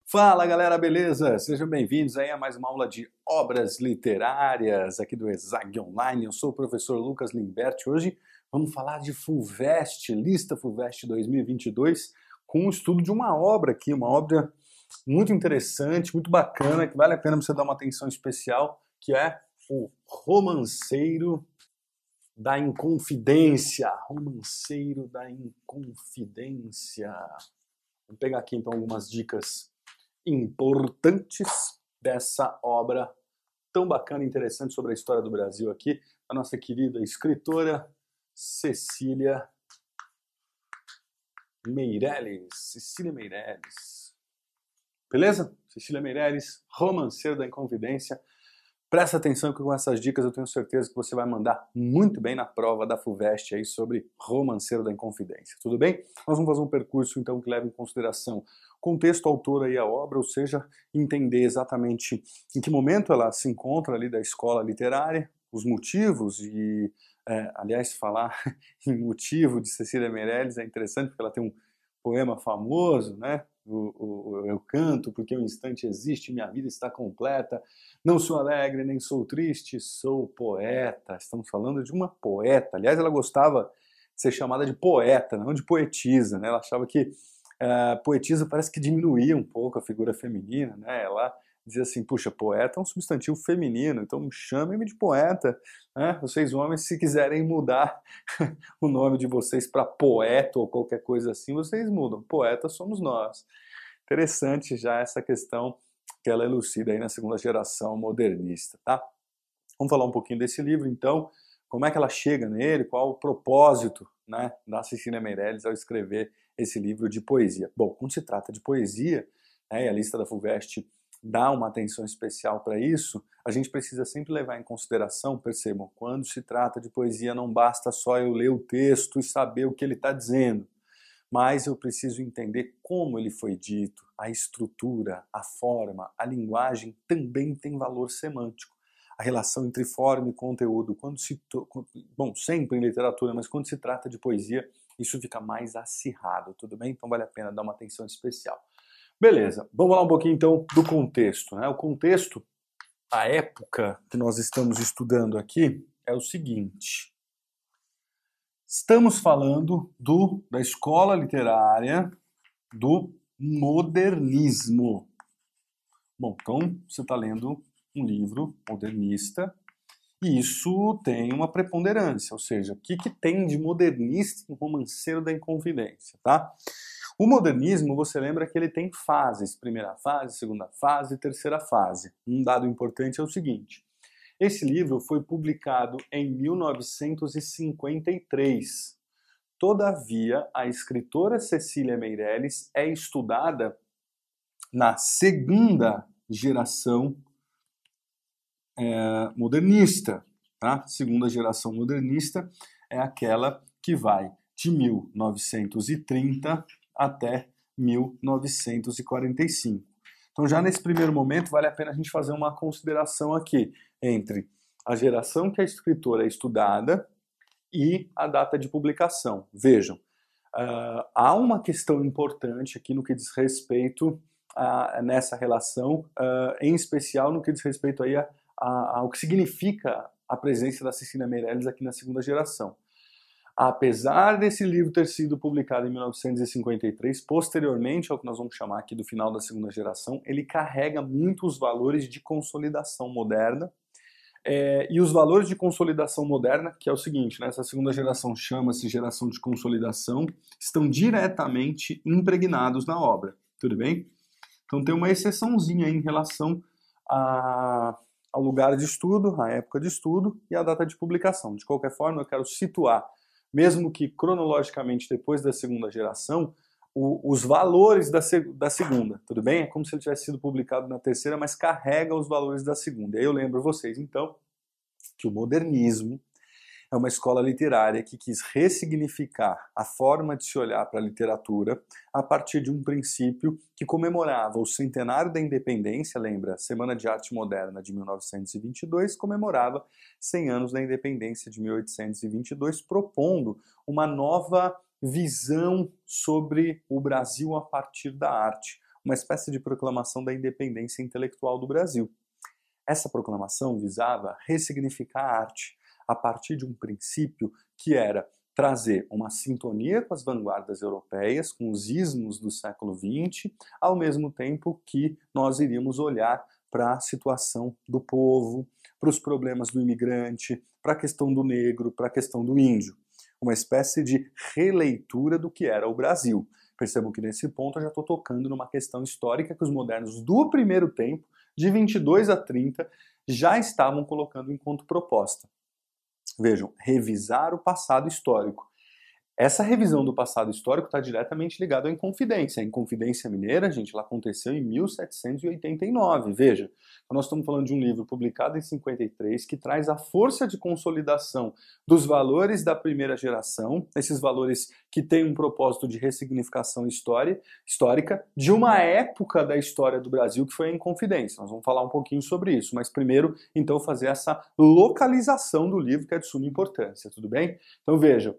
Fala galera, beleza? Sejam bem-vindos aí a mais uma aula de obras literárias aqui do ESAG Online. Eu sou o professor Lucas Limberti. Hoje vamos falar de FUVEST, lista FUVEST 2022, com o estudo de uma obra aqui, uma obra muito interessante, muito bacana, que vale a pena você dar uma atenção especial, que é o Romanceiro da Inconfidência. Romanceiro da Inconfidência. Vamos pegar aqui então algumas dicas importantes dessa obra tão bacana e interessante sobre a história do Brasil aqui, a nossa querida escritora Cecília Meirelles. Cecília Meirelles. Beleza? Cecília Meirelles, Romanceiro da Inconfidência. Presta atenção que com essas dicas eu tenho certeza que você vai mandar muito bem na prova da FUVEST aí sobre Romanceiro da Inconfidência. Tudo bem? Nós vamos fazer um percurso então que leva em consideração o contexto, autor aí a obra, ou seja, entender exatamente em que momento ela se encontra ali da escola literária, os motivos e, aliás, falar em motivo de Cecília Meirelles é interessante porque ela tem um poema famoso, né? Eu canto porque o instante existe, minha vida está completa. Não sou alegre, nem sou triste, sou poeta. Estamos falando de uma poeta. Aliás, ela gostava de ser chamada de poeta, não de poetisa, né? Ela achava que poetisa parece que diminuía um pouco a figura feminina, né? Ela dizia assim, puxa, poeta é um substantivo feminino, então chamem-me de poeta, né? Vocês homens, se quiserem mudar o nome de vocês para poeta ou qualquer coisa assim, vocês mudam. Poeta somos nós. Interessante já essa questão que ela elucida aí na segunda geração modernista, tá? Vamos falar um pouquinho desse livro, então, como é que ela chega nele, qual o propósito, né, da Cecília Meirelles ao escrever esse livro de poesia. Bom, quando se trata de poesia, né, e a lista da FUVEST dá uma atenção especial para isso, a gente precisa sempre levar em consideração, percebam, quando se trata de poesia não basta só eu ler o texto e saber o que ele está dizendo, mas eu preciso entender como ele foi dito, a estrutura, a forma, a linguagem também tem valor semântico. A relação entre forma e conteúdo, bom, sempre em literatura, mas quando se trata de poesia, isso fica mais acirrado, tudo bem? Então vale a pena dar uma atenção especial. Beleza, vamos falar um pouquinho então do contexto, né? O contexto, a época que nós estamos estudando aqui é o seguinte. Estamos falando da escola literária do modernismo. Bom, então você está lendo um livro modernista e isso tem uma preponderância, ou seja, o que tem de modernista em Romanceiro da Inconfidência, tá? O modernismo, você lembra que ele tem fases, primeira fase, segunda fase, terceira fase. Um dado importante é o seguinte, esse livro foi publicado em 1953. Todavia, a escritora Cecília Meirelles é estudada na segunda geração modernista. Tá? Segunda geração modernista é aquela que vai de 1930 até 1945. Então, já nesse primeiro momento, vale a pena a gente fazer uma consideração aqui entre a geração que a escritora é estudada e a data de publicação. Vejam, há uma questão importante aqui no que diz respeito nessa relação, em especial no que diz respeito aí ao que significa a presença da Cecília Meirelles aqui na segunda geração. Apesar desse livro ter sido publicado em 1953, posteriormente ao que nós vamos chamar aqui do final da segunda geração, ele carrega muitos valores de consolidação moderna, e os valores de consolidação moderna, que é o seguinte, né, essa segunda geração chama-se geração de consolidação, estão diretamente impregnados na obra, tudo bem? Então tem uma exceçãozinha em relação ao lugar de estudo, à época de estudo e à data de publicação. De qualquer forma, eu quero situar, mesmo que cronologicamente depois da segunda geração, os valores da segunda, tudo bem? É como se ele tivesse sido publicado na terceira, mas carrega os valores da segunda. E aí eu lembro vocês, então, que o modernismo é uma escola literária que quis ressignificar a forma de se olhar para a literatura a partir de um princípio que comemorava o centenário da independência, lembra? Semana de Arte Moderna de 1922 comemorava 100 anos da independência de 1822, propondo uma nova visão sobre o Brasil a partir da arte. uma espécie de proclamação da independência intelectual do Brasil. Essa proclamação visava ressignificar a arte a partir de um princípio que era trazer uma sintonia com as vanguardas europeias, com os ismos do século XX, ao mesmo tempo que nós iríamos olhar para a situação do povo, para os problemas do imigrante, para a questão do negro, para a questão do índio. Uma espécie de releitura do que era o Brasil. Percebam que nesse ponto eu já estou tocando numa questão histórica que os modernos do primeiro tempo, de 22 a 30, já estavam colocando enquanto proposta. Vejam, revisar o passado histórico. Essa revisão do passado histórico está diretamente ligada à Inconfidência. A Inconfidência Mineira, gente, ela aconteceu em 1789, veja. Então nós estamos falando de um livro publicado em 53 que traz a força de consolidação dos valores da primeira geração, esses valores que têm um propósito de ressignificação histórica de uma época da história do Brasil que foi a Inconfidência. Nós vamos falar um pouquinho sobre isso, mas primeiro, então, fazer essa localização do livro que é de suma importância, tudo bem? Então vejam,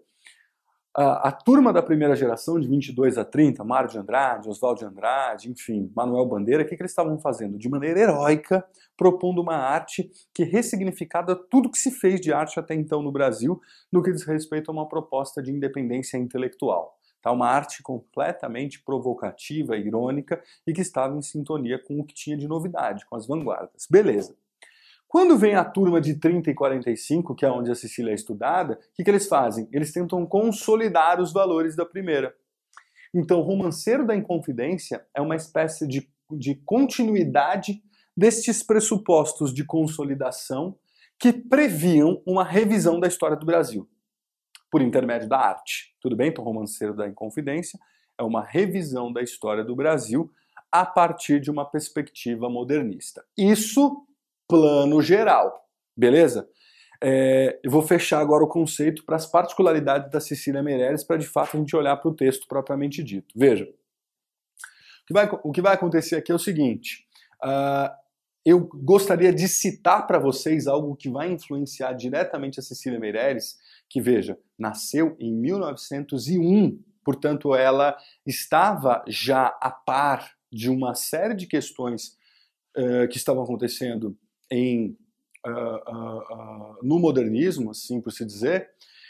a turma da primeira geração, de 22 a 30, Mário de Andrade, Oswald de Andrade, enfim, Manuel Bandeira, o que eles estavam fazendo? De maneira heróica, propondo uma arte que ressignificava tudo que se fez de arte até então no Brasil, no que diz respeito a uma proposta de independência intelectual. Tá? Uma arte completamente provocativa, irônica, e que estava em sintonia com o que tinha de novidade, com as vanguardas. Beleza. Quando vem a turma de 30 e 45, que é onde a Cecília é estudada, o que eles fazem? Eles tentam consolidar os valores da primeira. Então, o Romanceiro da Inconfidência é uma espécie de continuidade destes pressupostos de consolidação que previam uma revisão da história do Brasil, por intermédio da arte. Tudo bem? Então, o Romanceiro da Inconfidência é uma revisão da história do Brasil a partir de uma perspectiva modernista. Isso plano geral, beleza? Eu vou fechar agora o conceito para as particularidades da Cecília Meirelles para de fato a gente olhar para o texto propriamente dito. Veja, o que vai acontecer aqui é o seguinte, eu gostaria de citar para vocês algo que vai influenciar diretamente a Cecília Meirelles, que veja, nasceu em 1901, portanto ela estava já a par de uma série de questões que estavam acontecendo no modernismo, assim por se dizer,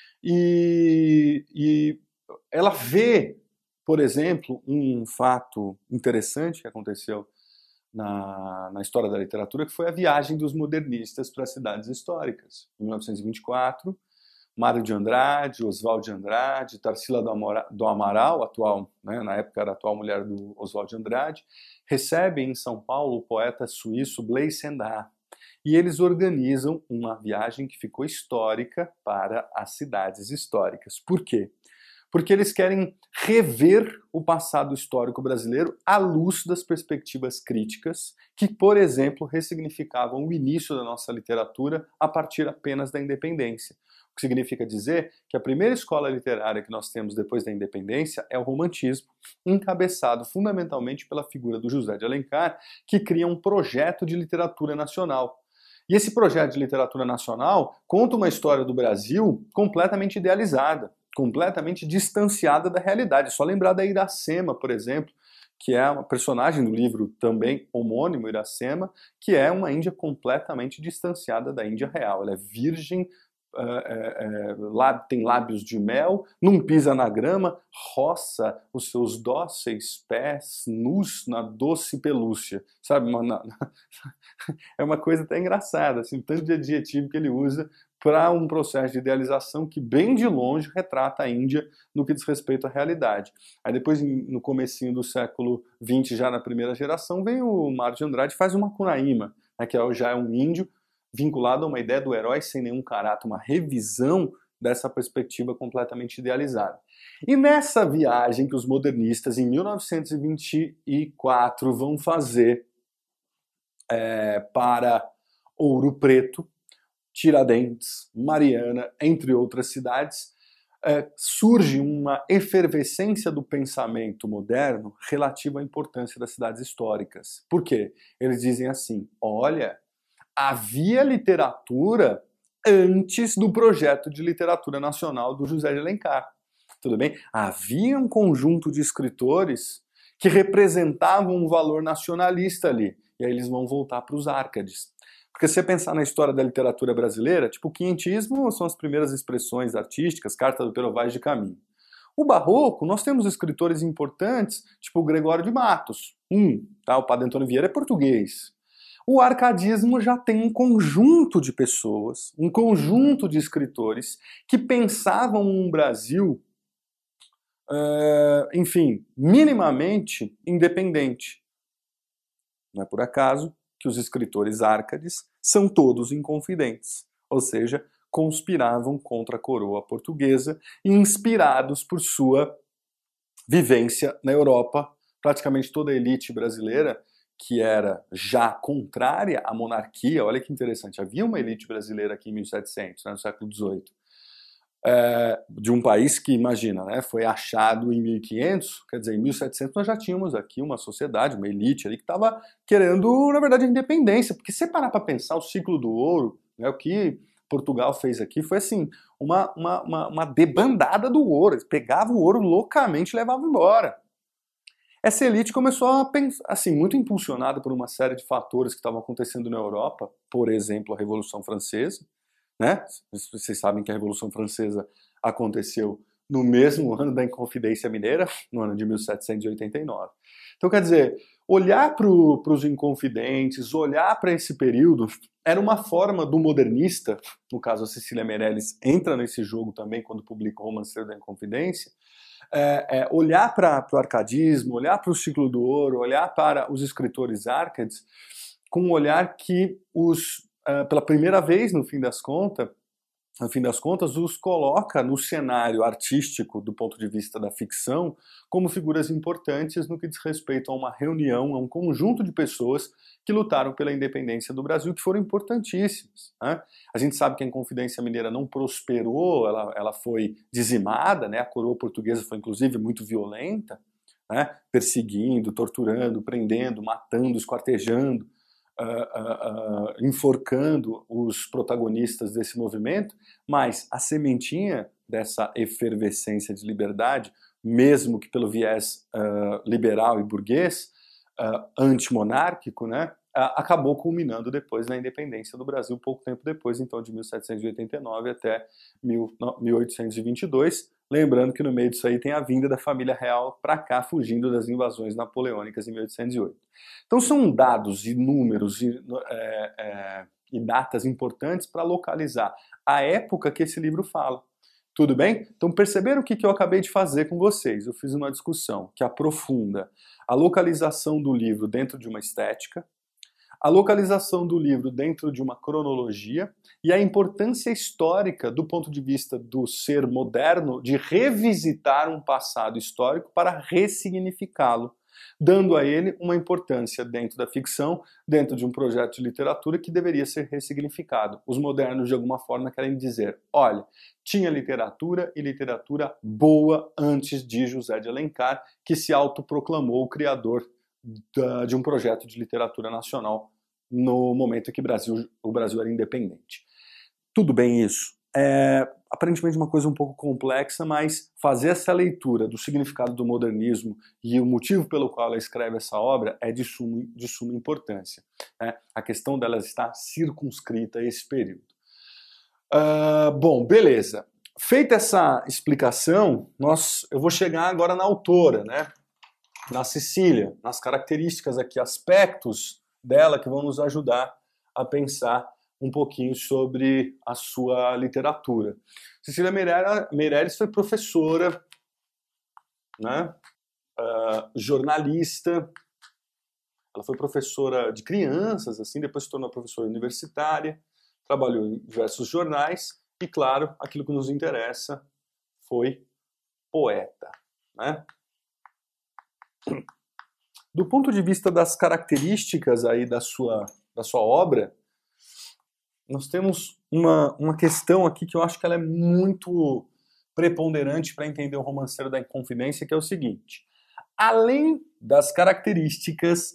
e ela vê, por exemplo, um fato interessante que aconteceu na história da literatura, que foi a viagem dos modernistas para as cidades históricas. Em 1924, Mário de Andrade, Oswald de Andrade, Tarsila do Amaral, atual, né, na época era a atual mulher do Oswald de Andrade, recebem em São Paulo o poeta suíço Blaise Cendat. E eles organizam uma viagem que ficou histórica para as cidades históricas. Por quê? Porque eles querem rever o passado histórico brasileiro à luz das perspectivas críticas que, por exemplo, ressignificavam o início da nossa literatura a partir apenas da independência. O que significa dizer que a primeira escola literária que nós temos depois da independência é o romantismo, encabeçado fundamentalmente pela figura do José de Alencar, que cria um projeto de literatura nacional. E esse projeto de literatura nacional conta uma história do Brasil completamente idealizada, completamente distanciada da realidade. É só lembrar da Iracema, por exemplo, que é uma personagem do livro também homônimo, Iracema, que é uma índia completamente distanciada da Índia real. Ela é virgem, tem lábios de mel, não pisa na grama, roça os seus dóceis pés nus na doce pelúcia, sabe? É uma coisa até engraçada, assim, o tanto de adjetivo que ele usa para um processo de idealização que bem de longe retrata a Índia no que diz respeito à realidade. Aí depois, no comecinho do século XX, já na primeira geração, vem o Mário de Andrade e faz uma Macunaíma, né, que já é um índio vinculado a uma ideia do herói sem nenhum caráter, uma revisão dessa perspectiva completamente idealizada. E nessa viagem que os modernistas, em 1924, vão fazer para Ouro Preto, Tiradentes, Mariana, entre outras cidades, surge uma efervescência do pensamento moderno relativa à importância das cidades históricas. Por quê? Eles dizem assim, olha, havia literatura antes do projeto de literatura nacional do José de Alencar. Tudo bem? Havia um conjunto de escritores que representavam um valor nacionalista ali. E aí eles vão voltar para os Árcades. Porque se você pensar na história da literatura brasileira, tipo, o quinhentismo são as primeiras expressões artísticas, Carta do Pero Vaz de Caminho. O Barroco, nós temos escritores importantes, tipo o Gregório de Matos, tá? O Padre Antônio Vieira é português. O arcadismo já tem um conjunto de pessoas, um conjunto de escritores que pensavam um Brasil, enfim, minimamente independente. Não é por acaso que os escritores árcades são todos inconfidentes, ou seja, conspiravam contra a coroa portuguesa, inspirados por sua vivência na Europa. Praticamente toda a elite brasileira, que era já contrária à monarquia, olha que interessante, havia uma elite brasileira aqui em 1700, no século XVIII, de um país que, imagina, né, foi achado em 1500, quer dizer, em 1700 nós já tínhamos aqui uma sociedade, uma elite ali que estava querendo, na verdade, a independência, porque se parar para pensar o ciclo do ouro, né, o que Portugal fez aqui foi assim, uma debandada do ouro, eles pegavam o ouro loucamente e levavam embora. Essa elite começou a pensar, assim, muito impulsionada por uma série de fatores que estavam acontecendo na Europa, por exemplo, a Revolução Francesa, né? Vocês sabem que a Revolução Francesa aconteceu no mesmo ano da Inconfidência Mineira, no ano de 1789. Então, quer dizer, olhar para os Inconfidentes, olhar para esse período, era uma forma do modernista, no caso a Cecília Meirelles entra nesse jogo também quando publica o Romanceiro da Inconfidência, olhar para o arcadismo, olhar para o ciclo do ouro, olhar para os escritores árcades, com um olhar que pela primeira vez, no fim das contas, os coloca no cenário artístico, do ponto de vista da ficção, como figuras importantes no que diz respeito a uma reunião, a um conjunto de pessoas que lutaram pela independência do Brasil, que foram importantíssimas, né? A gente sabe que a Inconfidência Mineira não prosperou, ela foi dizimada, né? A coroa portuguesa foi, inclusive, muito violenta, né? Perseguindo, torturando, prendendo, matando, esquartejando, enforcando os protagonistas desse movimento, mas a sementinha dessa efervescência de liberdade, mesmo que pelo viés liberal e burguês, antimonárquico, né, acabou culminando depois na independência do Brasil, pouco tempo depois, então de 1789 até 1822, lembrando que no meio disso aí tem a vinda da família real para cá, fugindo das invasões napoleônicas em 1808. Então são dados e números e datas importantes para localizar a época que esse livro fala. Tudo bem? Então perceberam o que eu acabei de fazer com vocês? Eu fiz uma discussão que aprofunda a localização do livro dentro de uma estética, a localização do livro dentro de uma cronologia e a importância histórica do ponto de vista do ser moderno de revisitar um passado histórico para ressignificá-lo, dando a ele uma importância dentro da ficção, dentro de um projeto de literatura que deveria ser ressignificado. Os modernos, de alguma forma, querem dizer, olha, tinha literatura e literatura boa antes de José de Alencar, que se autoproclamou o criador de um projeto de literatura nacional no momento em que o Brasil era independente. Tudo bem isso. Aparentemente uma coisa um pouco complexa, mas fazer essa leitura do significado do modernismo e o motivo pelo qual ela escreve essa obra é de suma importância, né? A questão dela está circunscrita a esse período. Bom, beleza. Feita essa explicação, eu vou chegar agora na autora, né? Na Cecília, nas características aqui, aspectos dela que vão nos ajudar a pensar um pouquinho sobre a sua literatura. Cecília Meirelles foi professora, né? Jornalista, ela foi professora de crianças, assim, depois se tornou professora universitária, trabalhou em diversos jornais e, claro, aquilo que nos interessa foi poeta, né? Do ponto de vista das características aí da sua obra, nós temos uma questão aqui que eu acho que ela é muito preponderante para entender o Romanceiro da Inconfidência, que é o seguinte: além das características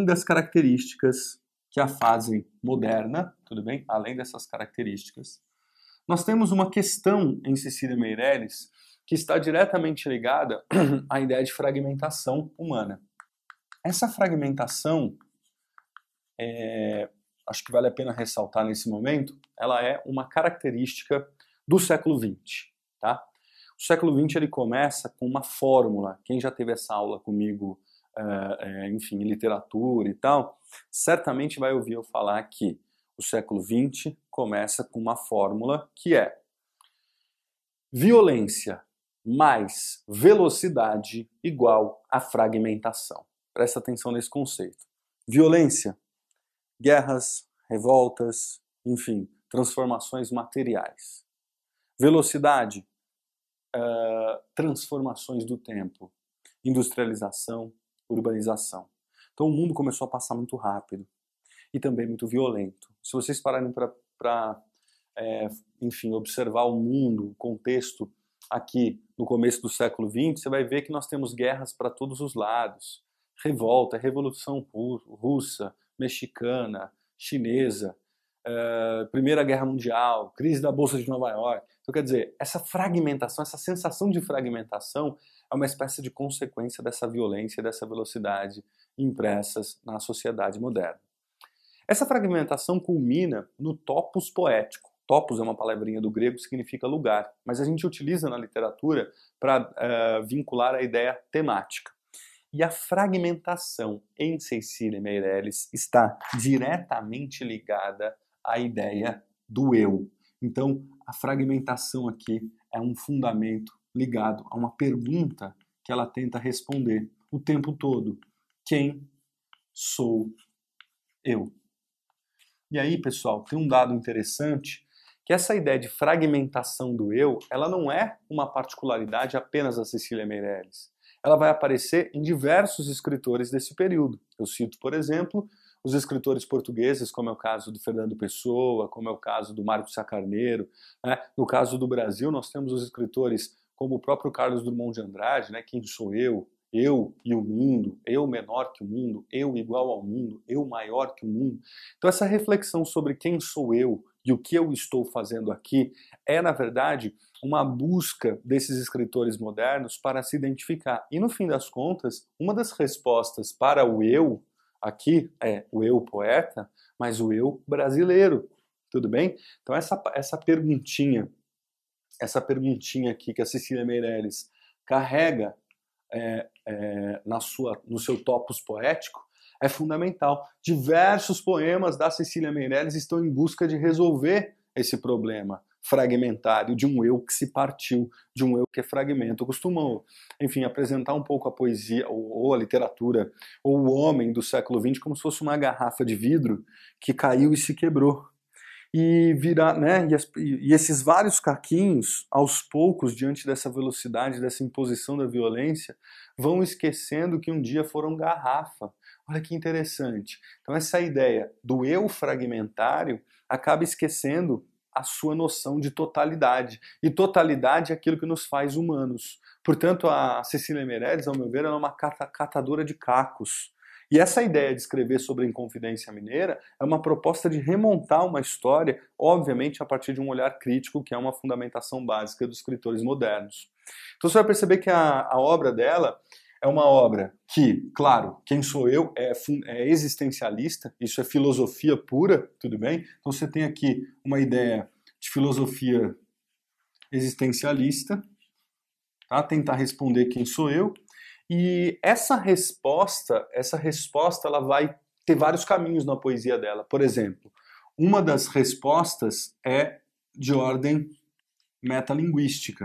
que a fazem moderna, tudo bem? Além dessas características, nós temos uma questão em Cecília Meirelles que está diretamente ligada à ideia de fragmentação humana. Essa fragmentação, acho que vale a pena ressaltar nesse momento, ela é uma característica do século XX, tá? O século XX ele começa com uma fórmula. Quem já teve essa aula comigo, enfim, em literatura e tal, certamente vai ouvir eu falar que o século XX começa com uma fórmula que é violência mais velocidade igual a fragmentação. Presta atenção nesse conceito. Violência, guerras, revoltas, enfim, transformações materiais. Velocidade, transformações do tempo, industrialização, urbanização. Então o mundo começou a passar muito rápido e também muito violento. Se vocês pararem para enfim, observar o mundo, o contexto aqui no começo do século XX, você vai ver que nós temos guerras para todos os lados. Revolta, Revolução Russa, Mexicana, Chinesa, Primeira Guerra Mundial, crise da Bolsa de Nova York. Então, quer dizer, essa fragmentação, essa sensação de fragmentação é uma espécie de consequência dessa violência e dessa velocidade impressas na sociedade moderna. Essa fragmentação culmina no topos poético. Topos é uma palavrinha do grego que significa lugar, mas a gente utiliza na literatura para vincular a ideia temática. E a fragmentação em Cecília Meirelles está diretamente ligada à ideia do eu. Então, a fragmentação aqui é um fundamento ligado a uma pergunta que ela tenta responder o tempo todo. Quem sou eu? E aí, pessoal, tem um dado interessante, que essa ideia de fragmentação do eu, ela não é uma particularidade apenas da Cecília Meirelles. Ela vai aparecer em diversos escritores desse período. Eu cito, por exemplo, os escritores portugueses, como é o caso do Fernando Pessoa, como é o caso do Mário de Sá Carneiro. Né? No caso do Brasil, nós temos os escritores como o próprio Carlos Drummond de Andrade, né? Quem sou eu e o mundo, eu menor que o mundo, eu igual ao mundo, eu maior que o mundo. Então essa reflexão sobre quem sou eu e o que eu estou fazendo aqui é, na verdade, uma busca desses escritores modernos para se identificar. E, no fim das contas, uma das respostas para o eu aqui é o eu poeta, mas o eu brasileiro. Tudo bem? Então, essa perguntinha aqui que a Cecília Meirelles carrega no seu topos poético é fundamental. Diversos poemas da Cecília Meirelles estão em busca de resolver esse problema fragmentário de um eu que se partiu, de um eu que é fragmento. Eu costumo, enfim, apresentar um pouco a poesia ou a literatura ou o homem do século XX como se fosse uma garrafa de vidro que caiu e se quebrou. E virar, né? E esses vários caquinhos, aos poucos, diante dessa velocidade, dessa imposição da violência, vão esquecendo que um dia foram garrafa. Olha que interessante. Então essa ideia do eu fragmentário acaba esquecendo a sua noção de totalidade. E totalidade é aquilo que nos faz humanos. Portanto, a Cecília Meirelles, ao meu ver, ela é uma catadora de cacos. E essa ideia de escrever sobre a Inconfidência Mineira é uma proposta de remontar uma história, obviamente a partir de um olhar crítico, que é uma fundamentação básica dos escritores modernos. Então você vai perceber que a obra dela é uma obra que, claro, quem sou eu é existencialista, isso é filosofia pura, tudo bem? Então você tem aqui uma ideia de filosofia existencialista, tá? Tentar responder quem sou eu. E essa resposta ela vai ter vários caminhos na poesia dela. Por exemplo, uma das respostas é de ordem metalinguística.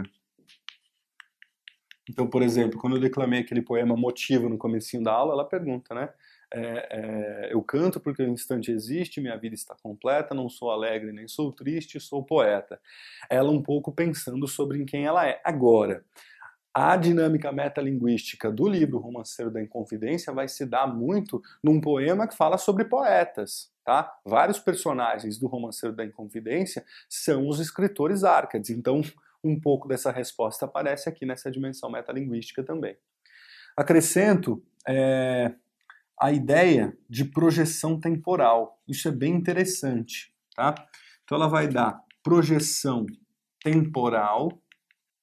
Então, por exemplo, quando eu declamei aquele poema Motivo no comecinho da aula, ela pergunta, né? Eu canto porque o instante existe, minha vida está completa, não sou alegre nem sou triste, sou poeta. Ela um pouco pensando sobre quem ela é. Agora, a dinâmica metalinguística do livro Romanceiro da Inconfidência vai se dar muito num poema que fala sobre poetas. Tá? Vários personagens do Romanceiro da Inconfidência são os escritores Árcades, então um pouco dessa resposta aparece aqui nessa dimensão metalinguística também. Acrescento a ideia de projeção temporal. Isso é bem interessante. Tá? Então ela vai dar projeção temporal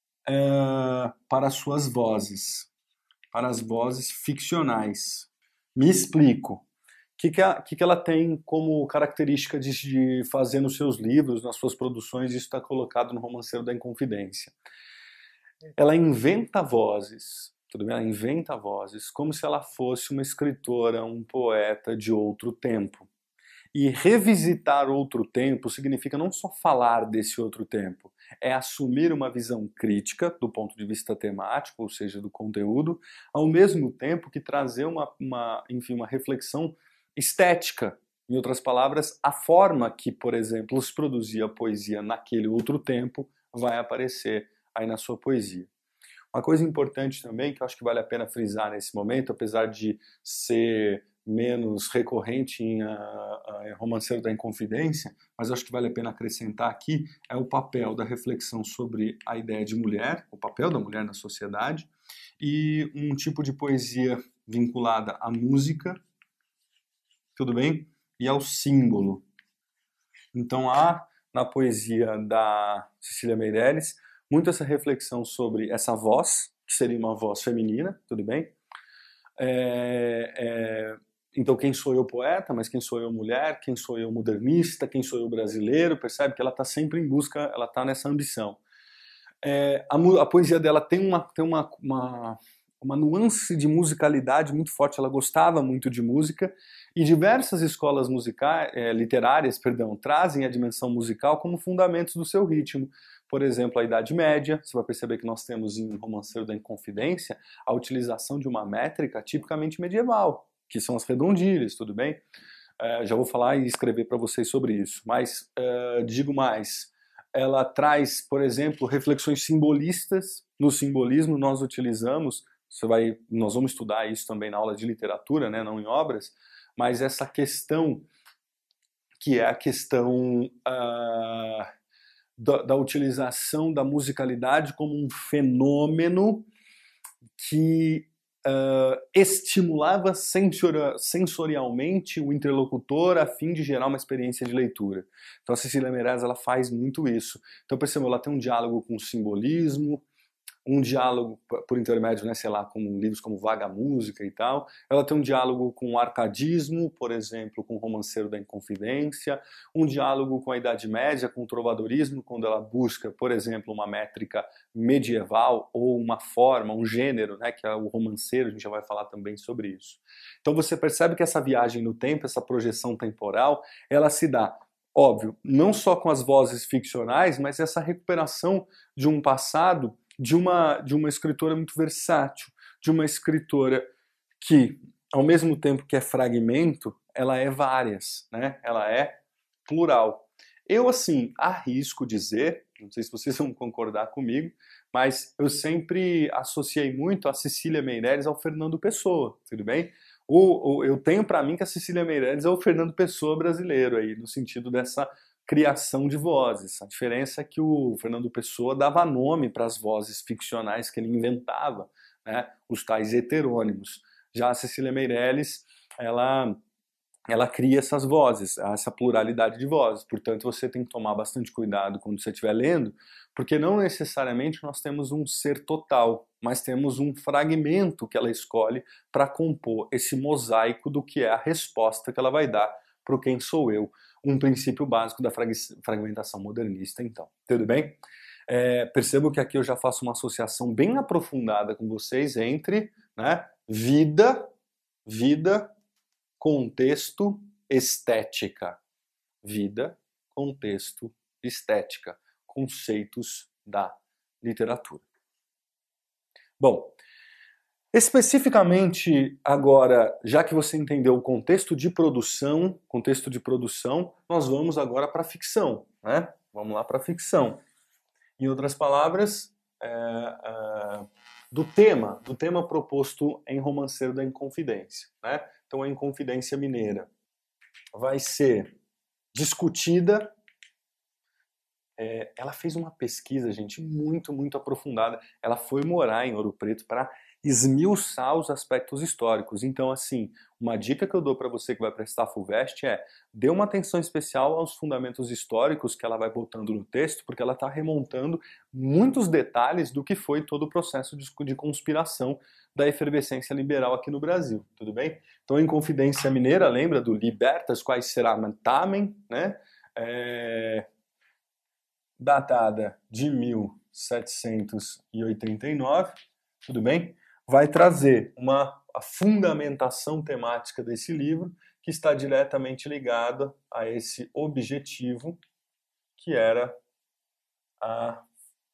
para as suas vozes, para as vozes ficcionais. Me explico. O que ela tem como característica de fazer nos seus livros, nas suas produções, isso está colocado no Romanceiro da Inconfidência. Ela inventa vozes, tudo bem? Ela inventa vozes como se ela fosse uma escritora, um poeta de outro tempo. E revisitar outro tempo significa não só falar desse outro tempo, é assumir uma visão crítica do ponto de vista temático, ou seja, do conteúdo, ao mesmo tempo que trazer enfim, uma reflexão estética. Em outras palavras, a forma que, por exemplo, se produzia a poesia naquele outro tempo vai aparecer aí na sua poesia. Uma coisa importante também, que eu acho que vale a pena frisar nesse momento, apesar de ser menos recorrente em Romanceiro da Inconfidência, mas acho que vale a pena acrescentar aqui, é o papel da reflexão sobre a ideia de mulher, o papel da mulher na sociedade, e um tipo de poesia vinculada à música, tudo bem? E ao símbolo. Então há na poesia da Cecília Meirelles muito essa reflexão sobre essa voz, que seria uma voz feminina, tudo bem? Então quem sou eu poeta, mas quem sou eu mulher, quem sou eu modernista, quem sou eu brasileiro, percebe que ela está sempre em busca, ela está nessa ambição. A poesia dela tem uma nuance de musicalidade muito forte, ela gostava muito de música, e diversas escolas literárias trazem a dimensão musical como fundamentos do seu ritmo. Por exemplo, a Idade Média, você vai perceber que nós temos em Romanceiro da Inconfidência a utilização de uma métrica tipicamente medieval, que são as redondilhas, tudo bem? Já vou falar e escrever para vocês sobre isso, mas digo mais, ela traz, por exemplo, reflexões simbolistas. No simbolismo nós utilizamos, nós vamos estudar isso também na aula de literatura, né, não em obras, mas essa questão que é a questão da utilização da musicalidade como um fenômeno que estimulava sensorialmente o interlocutor a fim de gerar uma experiência de leitura. Então a Cecília Meirelles ela faz muito isso. Então percebeu, ela tem um diálogo com o simbolismo, um diálogo por intermédio, né, sei lá, com livros como Vaga Música e tal. Ela tem um diálogo com o arcadismo, por exemplo, com o Romanceiro da Inconfidência, um diálogo com a Idade Média, com o trovadorismo, quando ela busca, por exemplo, uma métrica medieval ou uma forma, um gênero, né, que é o romanceiro, a gente já vai falar também sobre isso. Então você percebe que essa viagem no tempo, essa projeção temporal, ela se dá, óbvio, não só com as vozes ficcionais, mas essa recuperação de um passado de uma escritora muito versátil, de uma escritora que, ao mesmo tempo que é fragmento, ela é várias, né? Ela é plural. Eu, assim, arrisco dizer, não sei se vocês vão concordar comigo, mas eu sempre associei muito a Cecília Meirelles ao Fernando Pessoa, tudo bem? Eu tenho para mim que a Cecília Meirelles é o Fernando Pessoa brasileiro, aí, no sentido dessa criação de vozes. A diferença é que o Fernando Pessoa dava nome para as vozes ficcionais que ele inventava, né? Os tais heterônimos. Já a Cecília Meirelles, ela cria essas vozes, essa pluralidade de vozes. Portanto, você tem que tomar bastante cuidado quando você estiver lendo, porque não necessariamente nós temos um ser total, mas temos um fragmento que ela escolhe para compor esse mosaico do que é a resposta que ela vai dar para o Quem Sou Eu, um princípio básico da fragmentação modernista, então. Tudo bem? Percebo que aqui eu já faço uma associação bem aprofundada com vocês entre, né, vida, contexto, estética. Vida, contexto, estética. Conceitos da literatura. Bom, especificamente agora, já que você entendeu o contexto de produção, nós vamos agora para a ficção, né? Vamos lá para a ficção. Em outras palavras, do tema proposto em Romanceiro da Inconfidência, né? Então a Inconfidência Mineira vai ser discutida. Ela fez uma pesquisa, gente, muito, muito aprofundada. Ela foi morar em Ouro Preto para esmiuçar os aspectos históricos. Então, assim, uma dica que eu dou para você que vai prestar FUVEST é dê uma atenção especial aos fundamentos históricos que ela vai botando no texto, porque ela está remontando muitos detalhes do que foi todo o processo de conspiração da efervescência liberal aqui no Brasil, tudo bem? Então, em Confidência Mineira, lembra do Libertas quaes seramentamen, né? Datada de 1789, tudo bem? Vai trazer a fundamentação temática desse livro, que está diretamente ligada a esse objetivo, que era a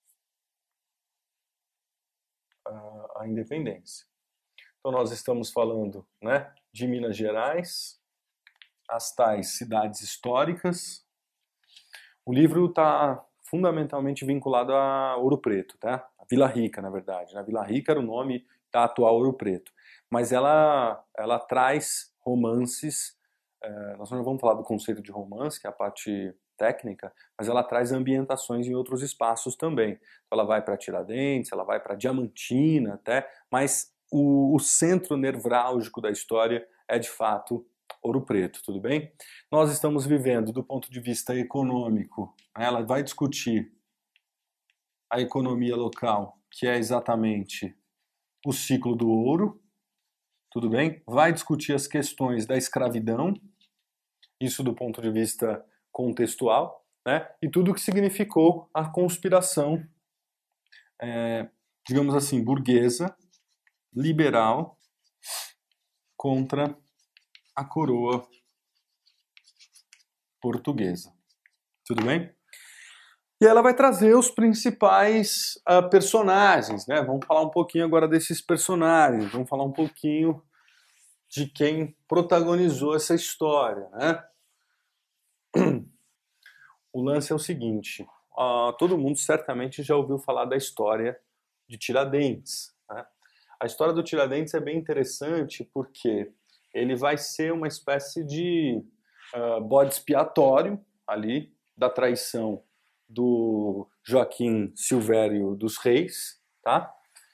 independência. Então nós estamos falando, né, de Minas Gerais, as tais cidades históricas. O livro está fundamentalmente vinculado a Ouro Preto, tá? A Vila Rica, na verdade. A Vila Rica era o nome da atual Ouro Preto. Mas ela traz romances, nós não vamos falar do conceito de romance, que é a parte técnica, mas ela traz ambientações em outros espaços também. Então ela vai para Tiradentes, ela vai para Diamantina até, mas o centro nevrálgico da história é de fato Ouro Preto, tudo bem? Nós estamos vivendo do ponto de vista econômico, ela vai discutir a economia local, que é exatamente o ciclo do ouro, tudo bem? Vai discutir as questões da escravidão, isso do ponto de vista contextual, né? E tudo o que significou a conspiração, digamos assim, burguesa, liberal, contra a coroa portuguesa. Tudo bem? E ela vai trazer os principais personagens, né? Vamos falar um pouquinho agora desses personagens, vamos falar um pouquinho de quem protagonizou essa história, né? O lance é o seguinte, todo mundo certamente já ouviu falar da história de Tiradentes, né? A história do Tiradentes é bem interessante porque ele vai ser uma espécie de bode expiatório ali da traição do Joaquim Silvério dos Reis, tá?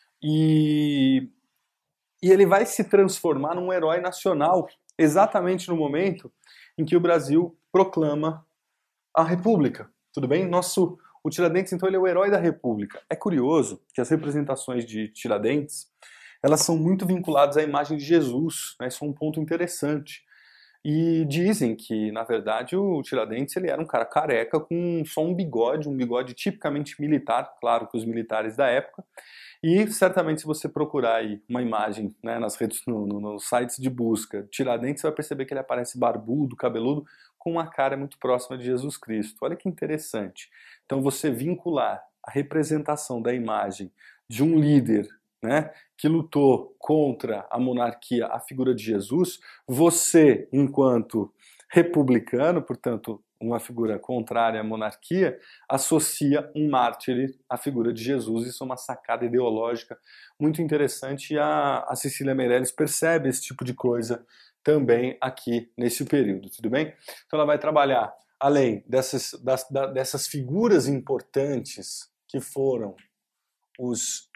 E ele vai se transformar num herói nacional exatamente no momento em que o Brasil proclama a República, tudo bem? O Tiradentes, então, ele é o herói da República. É curioso que as representações de Tiradentes, elas são muito vinculadas à imagem de Jesus, né? Isso é um ponto interessante. E dizem que, na verdade, o Tiradentes ele era um cara careca com só um bigode tipicamente militar, claro que os militares da época. E certamente se você procurar aí uma imagem, né, nas redes, nos sites de busca, Tiradentes, você vai perceber que ele aparece barbudo, cabeludo, com uma cara muito próxima de Jesus Cristo. Olha que interessante. Então você vincular a representação da imagem de um líder, né, que lutou contra a monarquia, a figura de Jesus, você, enquanto republicano, portanto, uma figura contrária à monarquia, associa um mártir à figura de Jesus. Isso é uma sacada ideológica muito interessante e a Cecília Meirelles percebe esse tipo de coisa também aqui nesse período, tudo bem? Então ela vai trabalhar, além dessas figuras importantes que foram os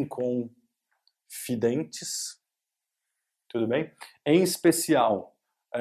inconfidentes, tudo bem? Em especial,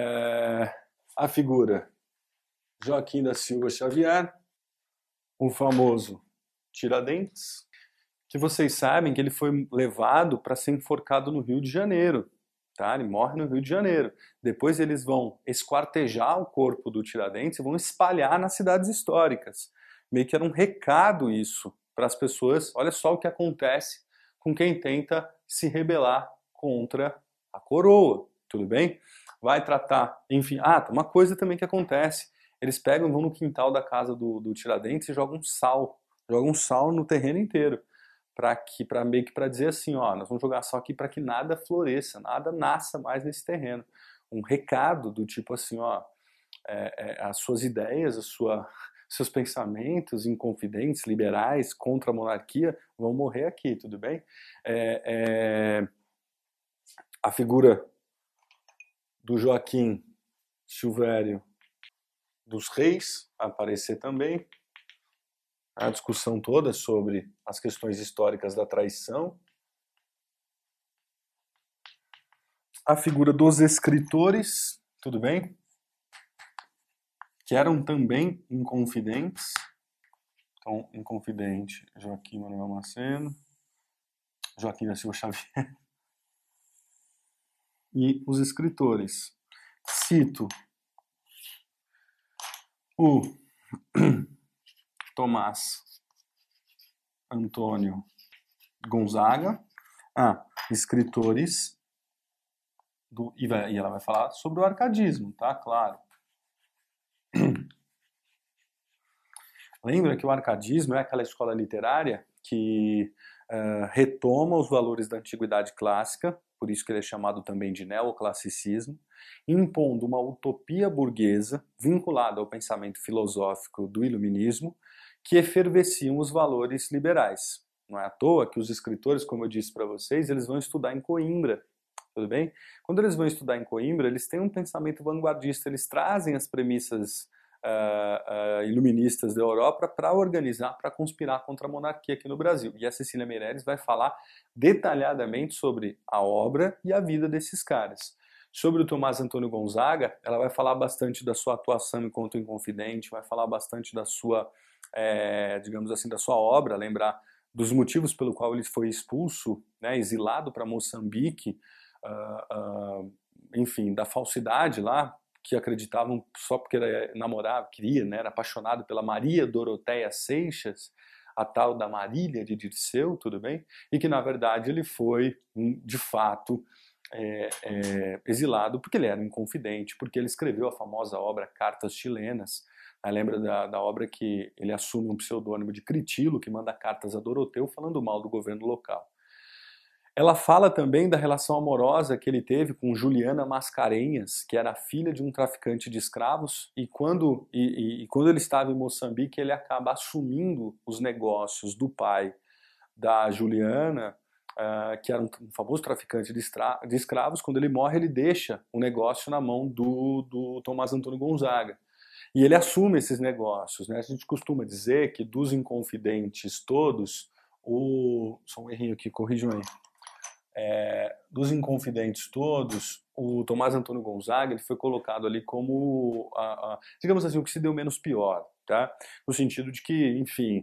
a figura Joaquim da Silva Xavier, o famoso Tiradentes, que vocês sabem que ele foi levado para ser enforcado no Rio de Janeiro, tá? Ele morre no Rio de Janeiro. Depois eles vão esquartejar o corpo do Tiradentes e vão espalhar nas cidades históricas. Meio que era um recado isso para as pessoas. Olha só o que acontece com quem tenta se rebelar contra a coroa, tudo bem? Vai tratar, enfim, uma coisa também que acontece, eles pegam, vão no quintal da casa do Tiradentes e jogam sal no terreno inteiro, para meio que para dizer assim, ó, nós vamos jogar sal aqui para que nada floresça, nada nasça mais nesse terreno. Um recado do tipo assim, ó, as suas ideias, seus pensamentos inconfidentes, liberais, contra a monarquia, vão morrer aqui, tudo bem? A figura do Joaquim Silvério dos Reis aparecer também, a discussão toda sobre as questões históricas da traição. a figura dos escritores, tudo bem? Que eram também inconfidentes. Então, inconfidente, Joaquim Manuel Macedo, Joaquim da Silva Xavier. E os escritores. Cito o Tomás Antônio Gonzaga. Escritores e ela vai falar sobre o arcadismo, tá? Claro. Lembra que o arcadismo é aquela escola literária que retoma os valores da antiguidade clássica, por isso que ele é chamado também de neoclassicismo, impondo uma utopia burguesa vinculada ao pensamento filosófico do iluminismo, que efervesciam os valores liberais. Não é à toa que os escritores, como eu disse para vocês, eles vão estudar em Coimbra, tudo bem? Quando eles vão estudar em Coimbra, eles têm um pensamento vanguardista, eles trazem as premissas iluministas da Europa para organizar, para conspirar contra a monarquia aqui no Brasil. E a Cecília Meirelles vai falar detalhadamente sobre a obra e a vida desses caras. Sobre o Tomás Antônio Gonzaga, ela vai falar bastante da sua atuação enquanto inconfidente, vai falar bastante da sua, digamos assim, da sua obra, lembrar dos motivos pelo qual ele foi expulso, né, exilado para Moçambique, enfim, da falsidade lá, que acreditavam só porque ele namorava, queria, né, era apaixonado pela Maria Doroteia Seixas, a tal da Marília de Dirceu, tudo bem? E que, na verdade, ele foi, de fato, exilado porque ele era um inconfidente, porque ele escreveu a famosa obra Cartas Chilenas. Lembra da obra que ele assume um pseudônimo de Critilo, que manda cartas a Doroteu falando mal do governo local. Ela fala também da relação amorosa que ele teve com Juliana Mascarenhas, que era filha de um traficante de escravos, e quando ele estava em Moçambique, ele acaba assumindo os negócios do pai da Juliana, que era um famoso traficante de escravos. Quando ele morre, ele deixa o negócio na mão do Tomás Antônio Gonzaga. E ele assume esses negócios, né? A gente costuma dizer que dos inconfidentes todos, só um errinho aqui, corrijam aí. Dos inconfidentes todos, o Tomás Antônio Gonzaga ele foi colocado ali como, digamos assim, o que se deu menos pior, tá? No sentido de que, enfim,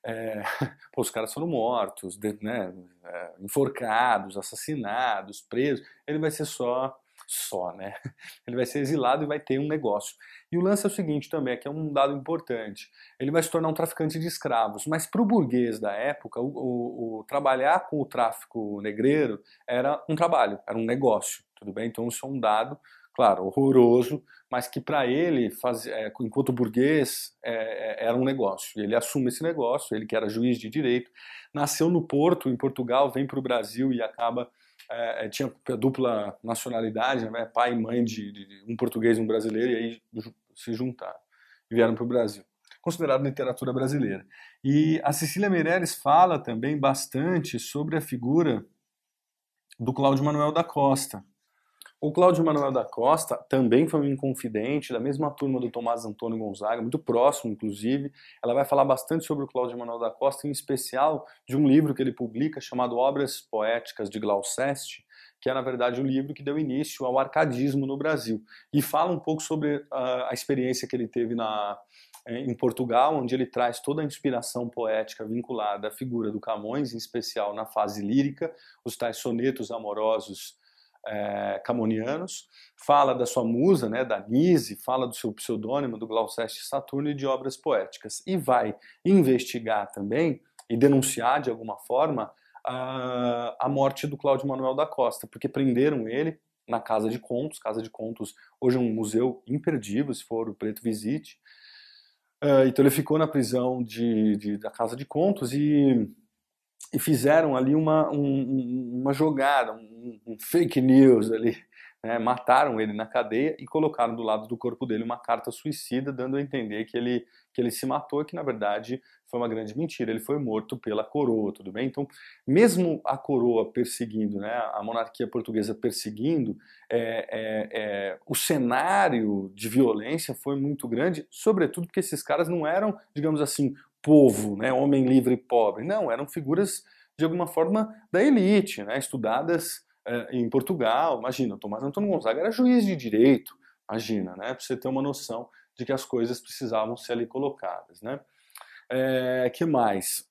os caras foram mortos, né, enforcados, assassinados, presos, ele vai ser só, né? Ele vai ser exilado e vai ter um negócio. E o lance é o seguinte também, que é um dado importante, ele vai se tornar um traficante de escravos, mas para o burguês da época, o trabalhar com o tráfico negreiro era um trabalho, era um negócio, tudo bem? Então isso é um dado, claro, horroroso, mas que para ele, enquanto burguês, era um negócio. E ele assume esse negócio, ele que era juiz de direito, nasceu no Porto, em Portugal, vem para o Brasil e acaba... tinha dupla nacionalidade, né? Pai e mãe de um português e um brasileiro, e aí se juntaram e vieram para o Brasil. Considerado literatura brasileira. E a Cecília Meirelles fala também bastante sobre a figura do Cláudio Manuel da Costa. O Cláudio Manuel da Costa também foi um inconfidente, da mesma turma do Tomás Antônio Gonzaga, muito próximo, inclusive. Ela vai falar bastante sobre o Cláudio Manuel da Costa, em especial de um livro que ele publica chamado Obras Poéticas de Gloucester, que é, na verdade, um livro que deu início ao arcadismo no Brasil. E fala um pouco sobre a experiência que ele teve em Portugal, onde ele traz toda a inspiração poética vinculada à figura do Camões, em especial na fase lírica, os tais sonetos amorosos camonianos, fala da sua musa, né, da Nise, fala do seu pseudônimo, do Gloucester Saturno, e de obras poéticas. E vai investigar também e denunciar, de alguma forma, a morte do Cláudio Manuel da Costa, porque prenderam ele na Casa de Contos. Casa de Contos hoje é um museu imperdível, se for o Preto visite. Então ele ficou na prisão da Casa de Contos e fizeram ali uma jogada, um fake news ali, né? Mataram ele na cadeia e colocaram do lado do corpo dele uma carta suicida, dando a entender que ele se matou, que na verdade foi uma grande mentira, ele foi morto pela coroa, tudo bem? Então, mesmo a coroa perseguindo, né, a monarquia portuguesa perseguindo, o cenário de violência foi muito grande, sobretudo porque esses caras não eram, digamos assim, povo, né, homem livre e pobre, não, eram figuras de alguma forma da elite, né, estudadas em Portugal. Imagina, o Tomás Antônio Gonzaga era juiz de direito, imagina, né? Para você ter uma noção de que as coisas precisavam ser ali colocadas, né? Que mais?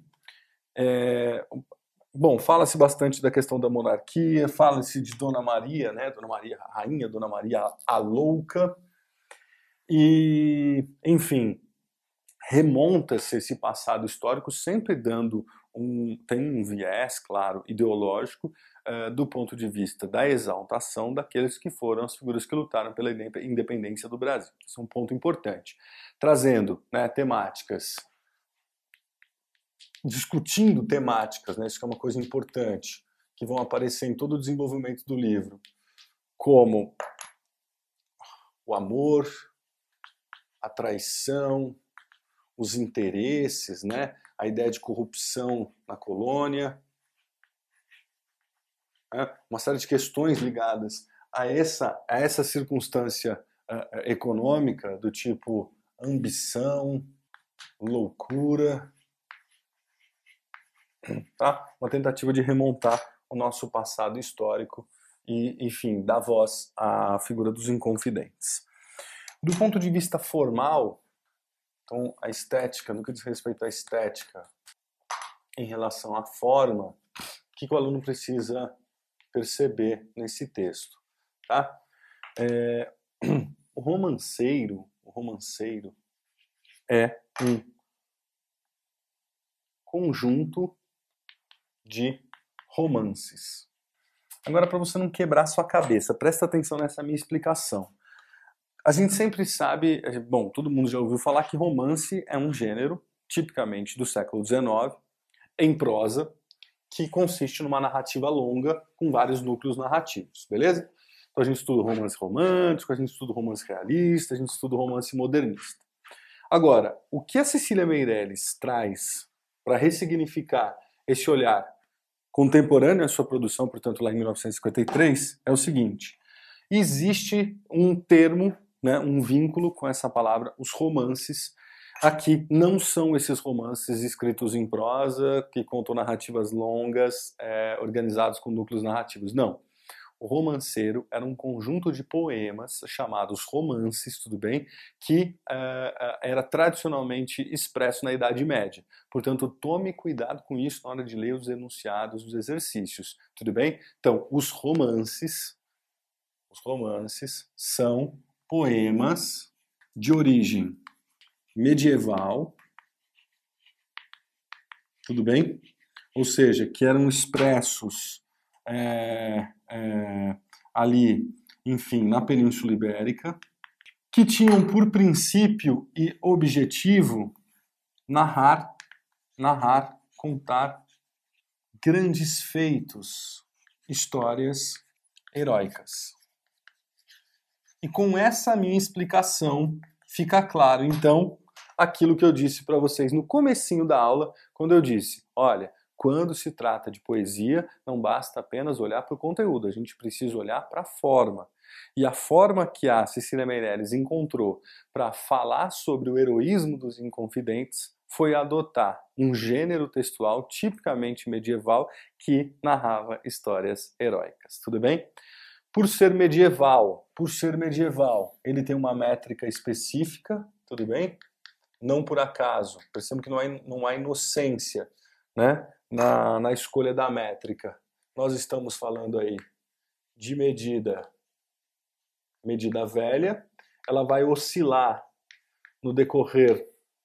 Bom, fala-se bastante da questão da monarquia, fala-se de Dona Maria, né? Dona Maria, a rainha Dona Maria a Louca. E, enfim, remonta-se esse passado histórico sempre dando tem um viés, claro, ideológico, do ponto de vista da exaltação daqueles que foram as figuras que lutaram pela independência do Brasil. Isso é um ponto importante. Trazendo, né, temáticas, discutindo temáticas, né, isso que é uma coisa importante, que vão aparecer em todo o desenvolvimento do livro, como o amor, a traição, os interesses, né? A ideia de corrupção na colônia, né? Uma série de questões ligadas a essa circunstância econômica do tipo ambição, loucura, tá? Uma tentativa de remontar o nosso passado histórico e, enfim, dar voz à figura dos inconfidentes. Do ponto de vista formal, então, a estética, no que diz respeito à estética em relação à forma, o que o aluno precisa perceber nesse texto, tá? O romanceiro é um conjunto de romances. Agora, para você não quebrar sua cabeça, presta atenção nessa minha explicação. A gente sempre sabe, bom, todo mundo já ouviu falar que romance é um gênero, tipicamente do século XIX, em prosa, que consiste numa narrativa longa com vários núcleos narrativos, beleza? Então a gente estuda romance romântico, a gente estuda romance realista, a gente estuda romance modernista. Agora, o que a Cecília Meirelles traz para ressignificar esse olhar contemporâneo à sua produção, portanto lá em 1953, é o seguinte: existe um termo, né, um vínculo com essa palavra, os romances. Aqui não são esses romances escritos em prosa, que contam narrativas longas, organizados com núcleos narrativos. Não. O romanceiro era um conjunto de poemas chamados romances, tudo bem? Que era tradicionalmente expresso na Idade Média. Portanto, tome cuidado com isso na hora de ler os enunciados dos exercícios, tudo bem? Então, os romances são poemas de origem medieval, tudo bem? Ou seja, que eram expressos ali, enfim, na Península Ibérica, que tinham por princípio e objetivo narrar, contar grandes feitos, histórias heróicas. E com essa minha explicação, fica claro, então, aquilo que eu disse para vocês no comecinho da aula, quando eu disse, olha, quando se trata de poesia, não basta apenas olhar para o conteúdo, a gente precisa olhar para a forma. E a forma que a Cecília Meirelles encontrou para falar sobre o heroísmo dos inconfidentes foi adotar um gênero textual tipicamente medieval que narrava histórias heróicas. Tudo bem? Por ser medieval, ele tem uma métrica específica, tudo bem? Não por acaso. Percebam que não há inocência, né, na escolha da métrica. Nós estamos falando aí de medida velha, ela vai oscilar no decorrer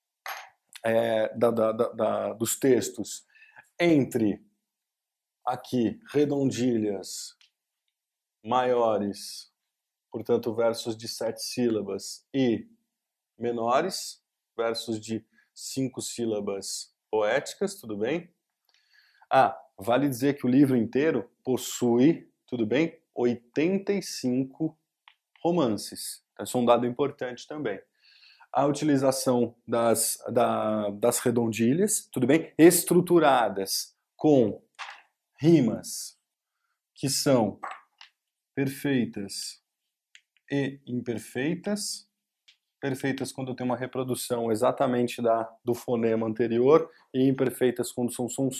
dos textos entre aqui redondilhas maiores, portanto versos de 7 sílabas, e menores, versos de 5 sílabas poéticas, tudo bem? Vale dizer que o livro inteiro possui, tudo bem, 85 romances. Esse é um dado importante também. A utilização das redondilhas, tudo bem, estruturadas com rimas que são perfeitas e imperfeitas, perfeitas quando eu tenho uma reprodução exatamente do fonema anterior e imperfeitas quando são sons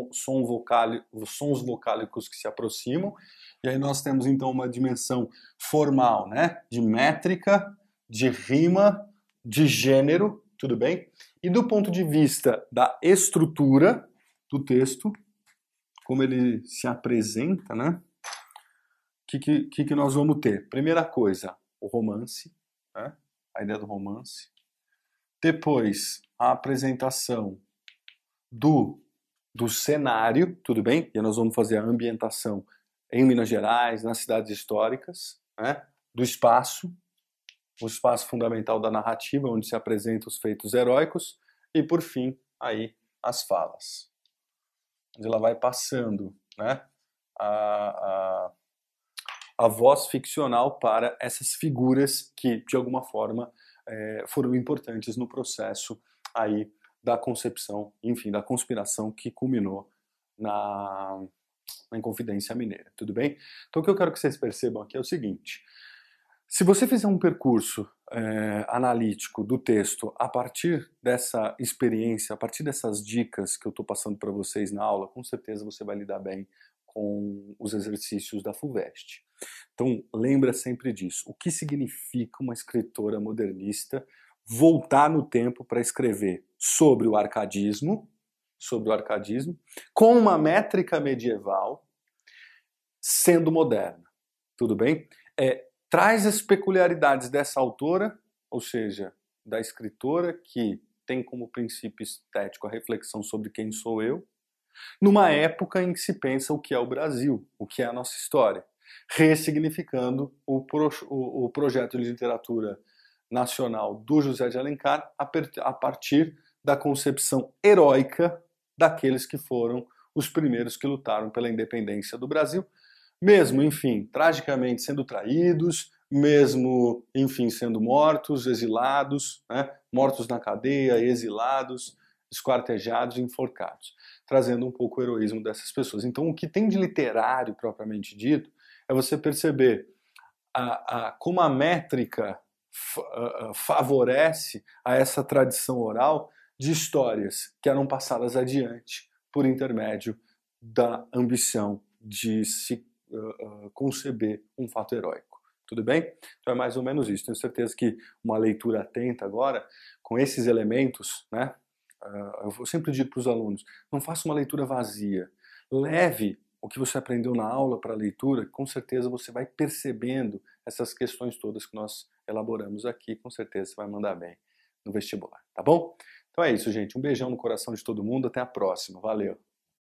vocálicos que se aproximam. E aí nós temos então uma dimensão formal, né? De métrica, de rima, de gênero, tudo bem? E do ponto de vista da estrutura do texto, como ele se apresenta, né? O que nós vamos ter? Primeira coisa, o romance, né? A ideia do romance. Depois, a apresentação do cenário, tudo bem? E nós vamos fazer a ambientação em Minas Gerais, nas cidades históricas, né? Do espaço, o espaço fundamental da narrativa, onde se apresentam os feitos heróicos, e por fim, aí, as falas. Onde ela vai passando, né? A voz ficcional para essas figuras que, de alguma forma, foram importantes no processo aí da concepção, enfim, da conspiração que culminou na Inconfidência Mineira, tudo bem? Então o que eu quero que vocês percebam aqui é o seguinte: se você fizer um percurso analítico do texto a partir dessa experiência, a partir dessas dicas que eu estou passando para vocês na aula, com certeza você vai lidar bem com os exercícios da FUVEST. Então, lembra sempre disso. O que significa uma escritora modernista voltar no tempo para escrever sobre o arcadismo, com uma métrica medieval, sendo moderna. Tudo bem? Traz as peculiaridades dessa autora, ou seja, da escritora, que tem como princípio estético a reflexão sobre quem sou eu, numa época em que se pensa o que é o Brasil, o que é a nossa história, ressignificando o projeto de literatura nacional do José de Alencar a partir da concepção heróica daqueles que foram os primeiros que lutaram pela independência do Brasil, mesmo, enfim, tragicamente sendo traídos, mesmo, enfim, sendo mortos, exilados, né? Mortos na cadeia, exilados, esquartejados, enforcados, trazendo um pouco o heroísmo dessas pessoas. Então, o que tem de literário propriamente dito é você perceber como a métrica favorece a essa tradição oral de histórias que eram passadas adiante por intermédio da ambição de se conceber um fato heróico. Tudo bem? Então é mais ou menos isso. Tenho certeza que uma leitura atenta agora, com esses elementos, né? Eu sempre digo para os alunos, não faça uma leitura vazia. Leve o que você aprendeu na aula para a leitura, com certeza você vai percebendo essas questões todas que nós elaboramos aqui, com certeza você vai mandar bem no vestibular, tá bom? Então é isso, gente. Um beijão no coração de todo mundo. Até a próxima. Valeu!